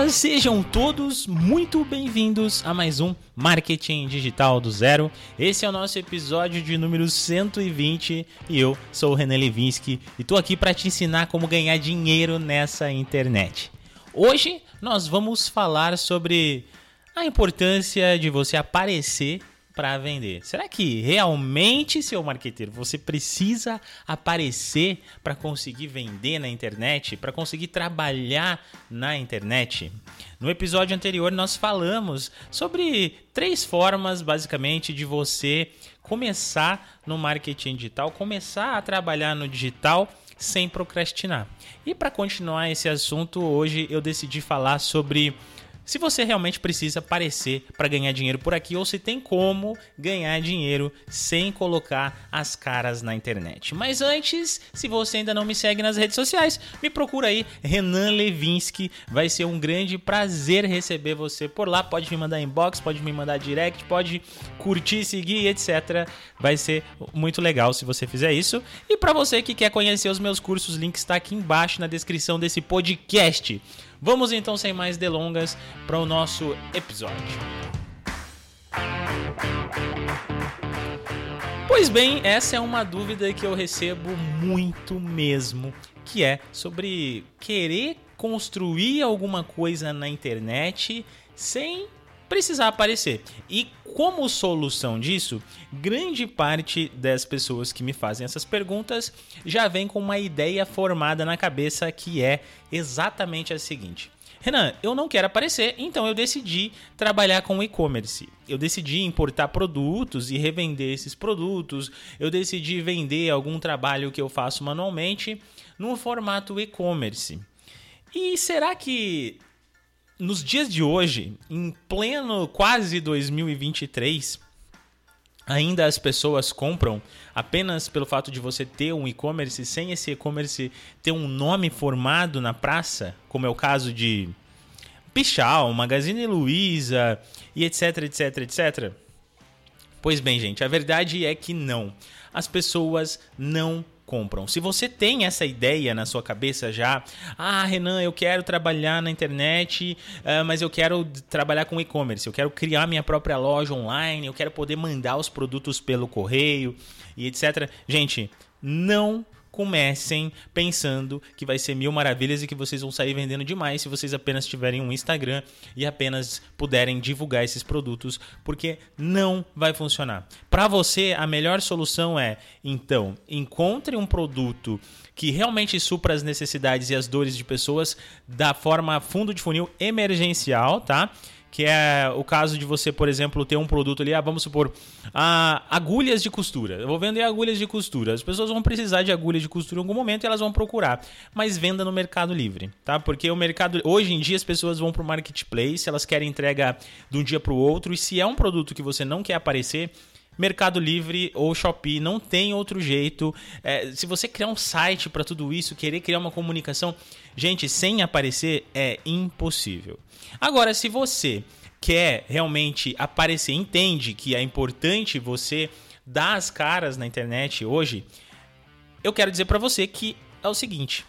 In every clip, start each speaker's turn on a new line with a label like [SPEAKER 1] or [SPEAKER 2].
[SPEAKER 1] Sejam todos muito bem-vindos a mais um Marketing Digital do Zero. Esse é o nosso episódio de número 120 e eu sou o Renan Levinsky e tô aqui para te ensinar como ganhar dinheiro nessa internet. Hoje nós vamos falar sobre a importância de você aparecer para vender. Será que realmente, seu marqueteiro, você precisa aparecer para conseguir vender na internet, para conseguir trabalhar na internet? No episódio anterior nós falamos sobre 3 formas basicamente de você começar no marketing digital, começar a trabalhar no digital sem procrastinar. E para continuar esse assunto, hoje eu decidi falar sobre se você realmente precisa aparecer para ganhar dinheiro por aqui ou se tem como ganhar dinheiro sem colocar as caras na internet. Mas antes, se você ainda não me segue nas redes sociais, me procura aí, Renan Levinsky. Vai ser um grande prazer receber você por lá. Pode me mandar inbox, pode me mandar direct, pode curtir, seguir, etc. Vai ser muito legal se você fizer isso. E para você que quer conhecer os meus cursos, o link está aqui embaixo na descrição desse podcast. Vamos então, sem mais delongas, para o nosso episódio. Pois bem, essa é uma dúvida que eu recebo muito mesmo, que é sobre querer construir alguma coisa na internet sem precisar aparecer. E como solução disso, grande parte das pessoas que me fazem essas perguntas já vem com uma ideia formada na cabeça que é exatamente a seguinte: Renan, eu não quero aparecer, então eu decidi trabalhar com e-commerce. Eu decidi importar produtos e revender esses produtos. Eu decidi vender algum trabalho que eu faço manualmente no formato e-commerce. E será que nos dias de hoje, em pleno quase 2023, ainda as pessoas compram apenas pelo fato de você ter um e-commerce, sem esse e-commerce ter um nome formado na praça, como é o caso de Pichau, Magazine Luiza e etc, etc, etc? Pois bem, gente, a verdade é que não. As pessoas não compram. Se você tem essa ideia na sua cabeça já, Renan, eu quero trabalhar na internet, mas eu quero trabalhar com e-commerce, eu quero criar minha própria loja online, eu quero poder mandar os produtos pelo correio e etc. Gente, não comecem pensando que vai ser mil maravilhas e que vocês vão sair vendendo demais se vocês apenas tiverem um Instagram e apenas puderem divulgar esses produtos, porque não vai funcionar. Para você, a melhor solução é, então, encontre um produto que realmente supra as necessidades e as dores de pessoas da forma fundo de funil emergencial, tá? Que é o caso de você, por exemplo, ter um produto ali, vamos supor, agulhas de costura. Eu vou vender agulhas de costura. As pessoas vão precisar de agulhas de costura em algum momento e elas vão procurar. Mas venda no Mercado Livre, tá? Porque o mercado, hoje em dia, as pessoas vão para o marketplace, elas querem entrega de um dia para o outro. E se é um produto que você não quer aparecer, Mercado Livre ou Shopee, não tem outro jeito. Se você criar um site para tudo isso, querer criar uma comunicação, gente, sem aparecer é impossível. Agora, se você quer realmente aparecer, entende que é importante você dar as caras na internet hoje, eu quero dizer para você que é o seguinte: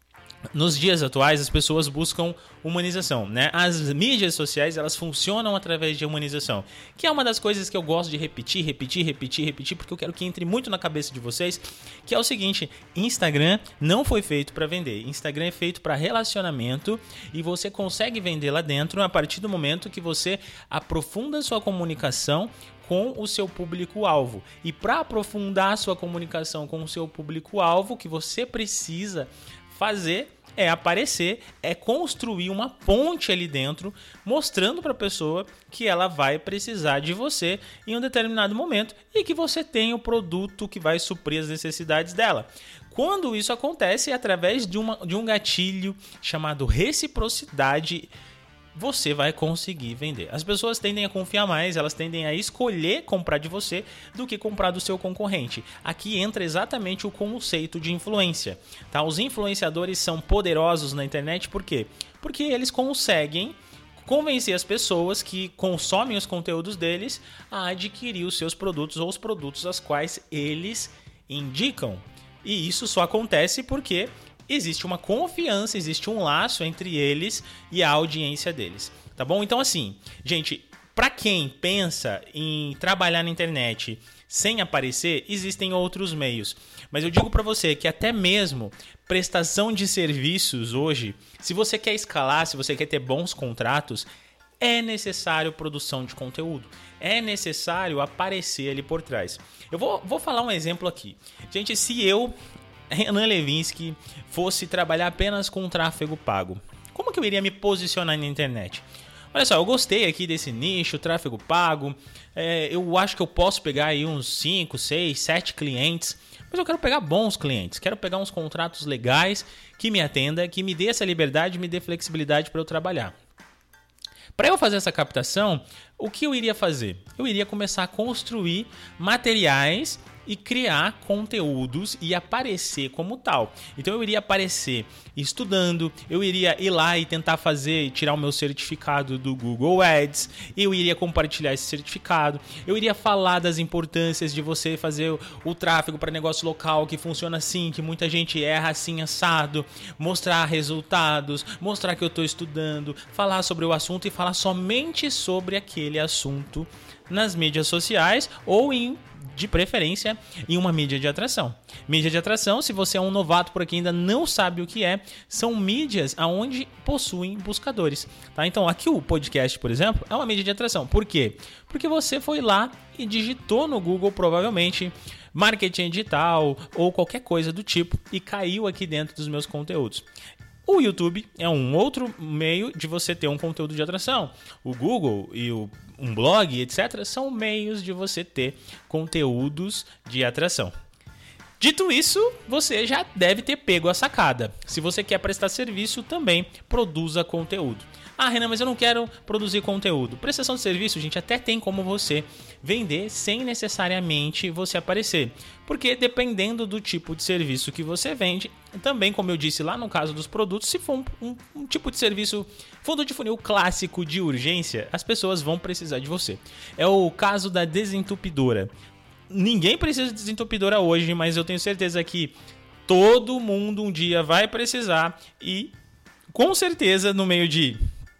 [SPEAKER 1] nos dias atuais, as pessoas buscam humanização, né? As mídias sociais, elas funcionam através de humanização, que é uma das coisas que eu gosto de repetir, porque eu quero que entre muito na cabeça de vocês, que é o seguinte: Instagram não foi feito para vender. Instagram é feito para relacionamento e você consegue vender lá dentro a partir do momento que você aprofunda a sua comunicação com o seu público-alvo. E para aprofundar a sua comunicação com o seu público-alvo, o que você precisa fazer é aparecer, é construir uma ponte ali dentro, mostrando para a pessoa que ela vai precisar de você em um determinado momento e que você tem o produto que vai suprir as necessidades dela. Quando isso acontece, é através de um gatilho chamado reciprocidade, você vai conseguir vender. As pessoas tendem a confiar mais, elas tendem a escolher comprar de você do que comprar do seu concorrente. Aqui entra exatamente o conceito de influência, tá? Os influenciadores são poderosos na internet, por quê? Porque eles conseguem convencer as pessoas que consomem os conteúdos deles a adquirir os seus produtos ou os produtos aos quais eles indicam. E isso só acontece porque existe uma confiança, existe um laço entre eles e a audiência deles, tá bom? Então assim, gente, para quem pensa em trabalhar na internet sem aparecer, existem outros meios. Mas eu digo para você que até mesmo prestação de serviços hoje, se você quer escalar, se você quer ter bons contratos, é necessário produção de conteúdo. É necessário aparecer ali por trás. Eu vou falar um exemplo aqui. Gente, se eu, Renan Levinsky, fosse trabalhar apenas com tráfego pago, como que eu iria me posicionar na internet? Olha só, eu gostei aqui desse nicho, tráfego pago. Eu acho que eu posso pegar aí uns 5, 6, 7 clientes. Mas eu quero pegar bons clientes. Quero pegar uns contratos legais que me atenda, que me dê essa liberdade, me dê flexibilidade para eu trabalhar. Para eu fazer essa captação, o que eu iria fazer? Eu iria começar a construir materiais e criar conteúdos e aparecer como tal. Então eu iria aparecer estudando, eu iria ir lá e tentar tirar o meu certificado do Google Ads, eu iria compartilhar esse certificado, eu iria falar das importâncias de você fazer o tráfego para negócio local que funciona assim, que muita gente erra assim assado, mostrar resultados, mostrar que eu estou estudando, falar sobre o assunto e falar somente sobre aquele assunto nas mídias sociais ou de preferência, em uma mídia de atração. Mídia de atração, se você é um novato por aqui e ainda não sabe o que são mídias onde possuem buscadores. Tá? Então, aqui o podcast, por exemplo, é uma mídia de atração. Por quê? Porque você foi lá e digitou no Google, provavelmente, marketing digital ou qualquer coisa do tipo e caiu aqui dentro dos meus conteúdos. O YouTube é um outro meio de você ter um conteúdo de atração. O Google e um blog, etc., são meios de você ter conteúdos de atração. Dito isso, você já deve ter pego a sacada. Se você quer prestar serviço, também produza conteúdo. Ah, Renan, mas eu não quero produzir conteúdo. Prestação de serviço, gente, até tem como você vender sem necessariamente você aparecer. Porque dependendo do tipo de serviço que você vende, também, como eu disse lá no caso dos produtos, se for um tipo de serviço fundo de funil clássico de urgência, as pessoas vão precisar de você. É o caso da desentupidora. Ninguém precisa de desentupidora hoje, mas eu tenho certeza que todo mundo um dia vai precisar e, com certeza, no meio de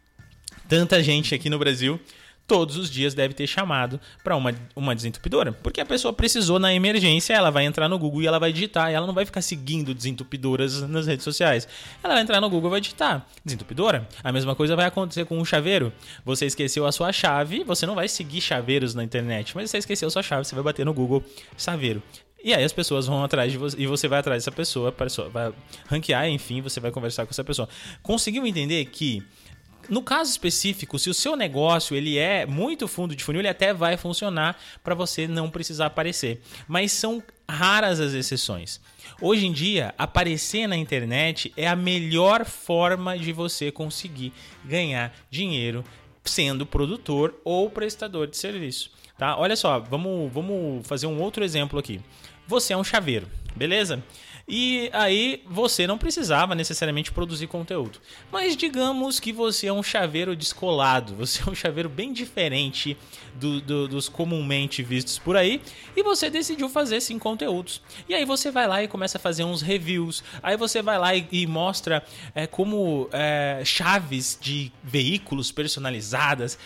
[SPEAKER 1] tanta gente aqui no Brasil, todos os dias deve ter chamado para uma desentupidora. Porque a pessoa precisou na emergência, ela vai entrar no Google e ela vai digitar. E ela não vai ficar seguindo desentupidoras nas redes sociais. Ela vai entrar no Google e vai digitar desentupidora. A mesma coisa vai acontecer com um chaveiro. Você esqueceu a sua chave, você não vai seguir chaveiros na internet. Mas você esqueceu a sua chave, você vai bater no Google chaveiro. E aí as pessoas vão atrás de você e você vai atrás dessa pessoa, vai ranquear, enfim, você vai conversar com essa pessoa. Conseguiu entender que no caso específico, se o seu negócio ele é muito fundo de funil, ele até vai funcionar para você não precisar aparecer. Mas são raras as exceções. Hoje em dia, aparecer na internet é a melhor forma de você conseguir ganhar dinheiro sendo produtor ou prestador de serviço. Tá? Olha só, vamos fazer um outro exemplo aqui. Você é um chaveiro, beleza? E aí você não precisava necessariamente produzir conteúdo. Mas digamos que você é um chaveiro descolado, você é um chaveiro bem diferente dos comumente vistos por aí, e você decidiu fazer sim conteúdos. E aí você vai lá e começa a fazer uns reviews, aí você vai lá e mostra como chaves de veículos personalizadas,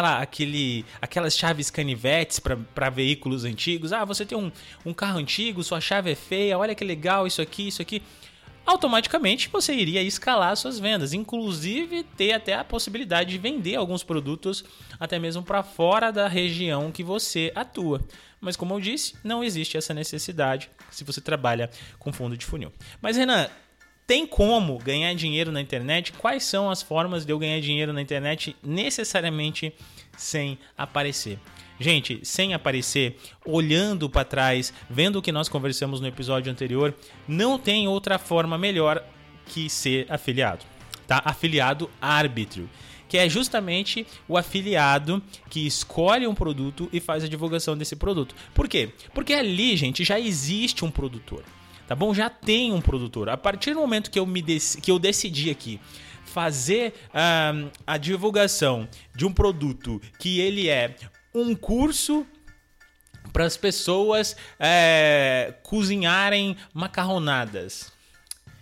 [SPEAKER 1] aquelas chaves canivetes para veículos antigos. Ah, você tem um carro antigo, sua chave é feia, olha que legal, isso aqui, automaticamente você iria escalar suas vendas, inclusive ter até a possibilidade de vender alguns produtos até mesmo para fora da região que você atua. Mas como eu disse, não existe essa necessidade se você trabalha com fundo de funil. Mas Renan, tem como ganhar dinheiro na internet? Quais são as formas de eu ganhar dinheiro na internet necessariamente sem aparecer? Gente, sem aparecer, olhando para trás, vendo o que nós conversamos no episódio anterior, não tem outra forma melhor que ser afiliado, tá? Afiliado árbitro, que é justamente o afiliado que escolhe um produto e faz a divulgação desse produto. Por quê? Porque ali, gente, já existe um produtor, tá bom? Já tem um produtor. A partir do momento que eu decidi aqui fazer a divulgação de um produto que ele é um curso para as pessoas cozinharem macarronadas.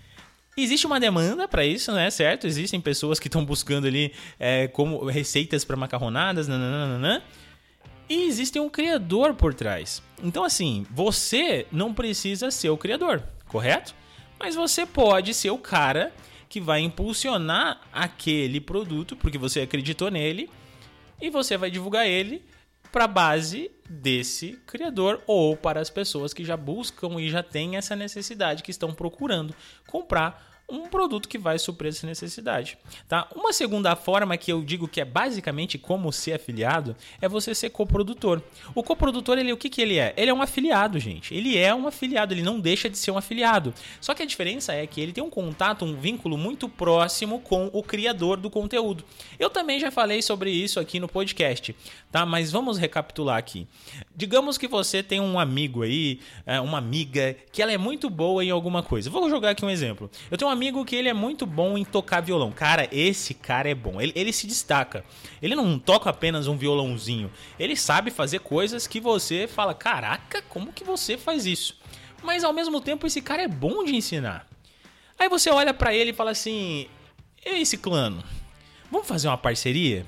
[SPEAKER 1] Existe uma demanda para isso, né, certo? Existem pessoas que estão buscando ali como receitas para macarronadas, nananana. E existe um criador por trás. Então, assim, você não precisa ser o criador, correto? Mas você pode ser o cara que vai impulsionar aquele produto, porque você acreditou nele, e você vai divulgar ele para a base desse criador ou para as pessoas que já buscam e já têm essa necessidade, que estão procurando comprar um produto que vai suprir essa necessidade, tá? Uma segunda forma que eu digo que é basicamente como ser afiliado é você ser coprodutor. O coprodutor, o que ele é? Ele é um afiliado, gente. Ele é um afiliado, ele não deixa de ser um afiliado. Só que a diferença é que ele tem um contato, um vínculo muito próximo com o criador do conteúdo. Eu também já falei sobre isso aqui no podcast, tá? Mas vamos recapitular aqui. Digamos que você tem um amigo aí, uma amiga, que ela é muito boa em alguma coisa. Vou jogar aqui um exemplo. Eu tenho um amigo que ele é muito bom em tocar violão. Cara, esse cara é bom. Ele se destaca. Ele não toca apenas um violãozinho. Ele sabe fazer coisas que você fala, caraca, como que você faz isso? Mas ao mesmo tempo esse cara é bom de ensinar. Aí você olha pra ele e fala assim, ei, Ciclano, vamos fazer uma parceria?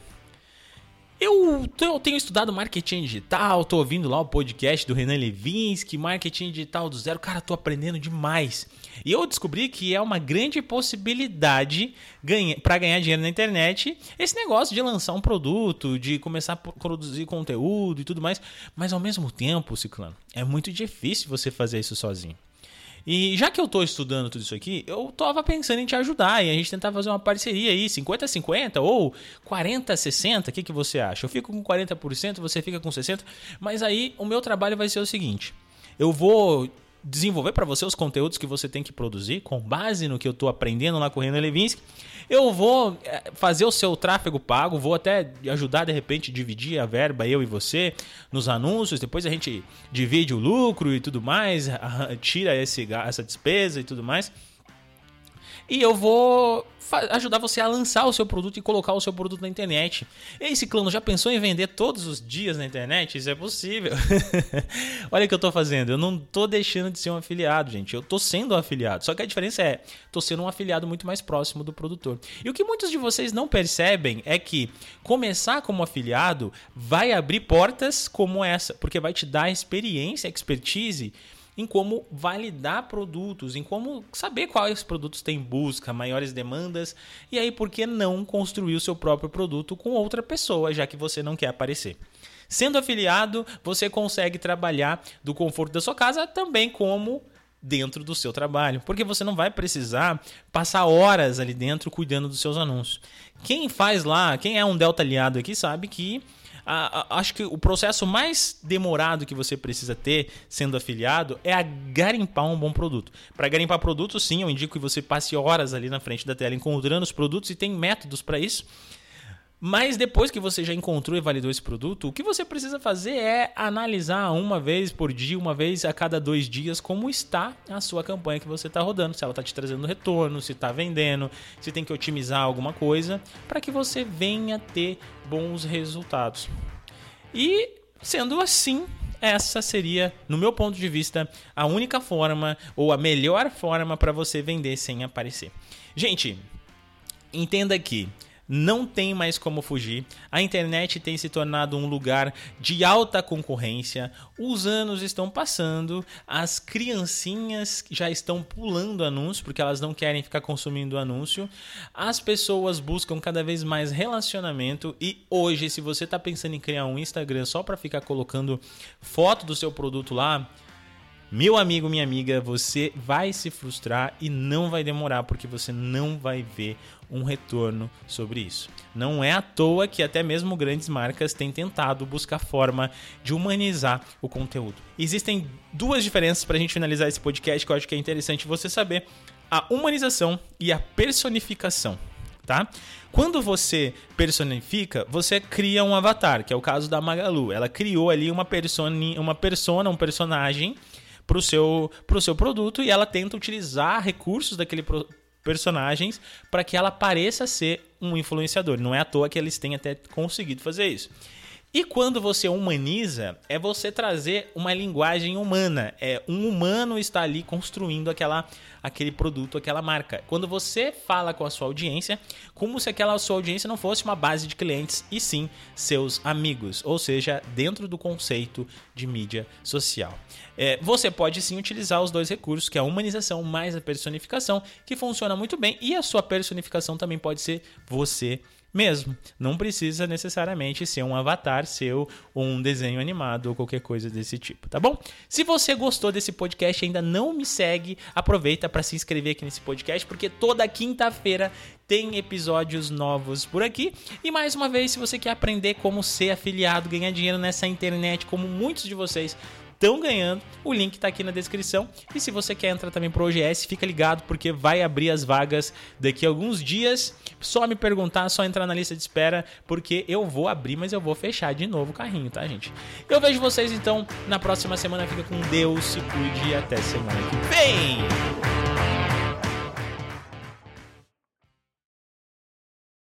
[SPEAKER 1] Eu tenho estudado marketing digital, tô ouvindo lá o podcast do Renan Levinsky, marketing digital do zero. Cara, tô aprendendo demais. E eu descobri que é uma grande possibilidade para ganhar dinheiro na internet esse negócio de lançar um produto, de começar a produzir conteúdo e tudo mais. Mas ao mesmo tempo, Ciclano, é muito difícil você fazer isso sozinho. E já que eu tô estudando tudo isso aqui, eu tava pensando em te ajudar e a gente tentar fazer uma parceria aí, 50-50 ou 40-60, o que você acha? Eu fico com 40%, você fica com 60%, mas aí o meu trabalho vai ser o seguinte, eu vou desenvolver para você os conteúdos que você tem que produzir com base no que eu tô aprendendo lá com o Renan Levinsky. Eu vou fazer o seu tráfego pago, vou até ajudar de repente a dividir a verba, eu e você, nos anúncios, depois a gente divide o lucro e tudo mais, tira essa despesa e tudo mais. E eu vou ajudar você a lançar o seu produto e colocar o seu produto na internet. Ei, Ciclano, já pensou em vender todos os dias na internet? Isso é possível. Olha o que eu tô fazendo. Eu não tô deixando de ser um afiliado, gente. Eu tô sendo um afiliado. Só que a diferença é, tô sendo um afiliado muito mais próximo do produtor. E o que muitos de vocês não percebem é que começar como afiliado vai abrir portas como essa, porque vai te dar experiência, expertise em como validar produtos, em como saber quais produtos têm busca, maiores demandas, e aí por que não construir o seu próprio produto com outra pessoa, já que você não quer aparecer. Sendo afiliado, você consegue trabalhar do conforto da sua casa também como dentro do seu trabalho, porque você não vai precisar passar horas ali dentro cuidando dos seus anúncios. Quem faz lá, quem é um Delta aliado aqui sabe que acho que o processo mais demorado que você precisa ter sendo afiliado é a garimpar um bom produto. Para garimpar produtos, sim, eu indico que você passe horas ali na frente da tela encontrando os produtos e tem métodos para isso. Mas depois que você já encontrou e validou esse produto, o que você precisa fazer é analisar uma vez por dia, uma vez a cada 2 dias, como está a sua campanha que você está rodando. Se ela está te trazendo retorno, se está vendendo, se tem que otimizar alguma coisa, para que você venha ter bons resultados. E sendo assim, essa seria, no meu ponto de vista, a única forma ou a melhor forma para você vender sem aparecer. Gente, entenda que não tem mais como fugir. A internet tem se tornado um lugar de alta concorrência. Os anos estão passando, as criancinhas já estão pulando anúncio porque elas não querem ficar consumindo anúncio. As pessoas buscam cada vez mais relacionamento e hoje, se você está pensando em criar um Instagram só para ficar colocando foto do seu produto lá, meu amigo, minha amiga, você vai se frustrar e não vai demorar porque você não vai ver um retorno sobre isso. Não é à toa que até mesmo grandes marcas têm tentado buscar forma de humanizar o conteúdo. Existem 2 diferenças para a gente finalizar esse podcast que eu acho que é interessante você saber: a humanização e a personificação. Tá? Quando você personifica, você cria um avatar, que é o caso da Magalu. Ela criou ali um personagem para o seu produto e ela tenta utilizar recursos daquele personagens para que ela pareça ser um influenciador. Não é à toa que eles têm até conseguido fazer isso. E quando você humaniza, é você trazer uma linguagem humana. Um humano está ali construindo aquele produto, aquela marca. Quando você fala com a sua audiência, como se aquela sua audiência não fosse uma base de clientes, e sim seus amigos. Ou seja, dentro do conceito de mídia social. Você pode sim utilizar os dois recursos, que é a humanização mais a personificação, que funciona muito bem. E a sua personificação também pode ser você mesmo. Não precisa necessariamente ser um avatar seu ou um desenho animado ou qualquer coisa desse tipo, tá bom? Se você gostou desse podcast e ainda não me segue, aproveita para se inscrever aqui nesse podcast, porque toda quinta-feira tem episódios novos por aqui. E mais uma vez, se você quer aprender como ser afiliado, ganhar dinheiro nessa internet, como muitos de vocês estão ganhando, o link tá aqui na descrição. E se você quer entrar também pro OGS, fica ligado, porque vai abrir as vagas daqui a alguns dias. Só me perguntar, só entrar na lista de espera, porque eu vou abrir, mas eu vou fechar de novo o carrinho, tá, gente? Eu vejo vocês então na próxima semana. Fica com Deus, se cuide e até semana que vem!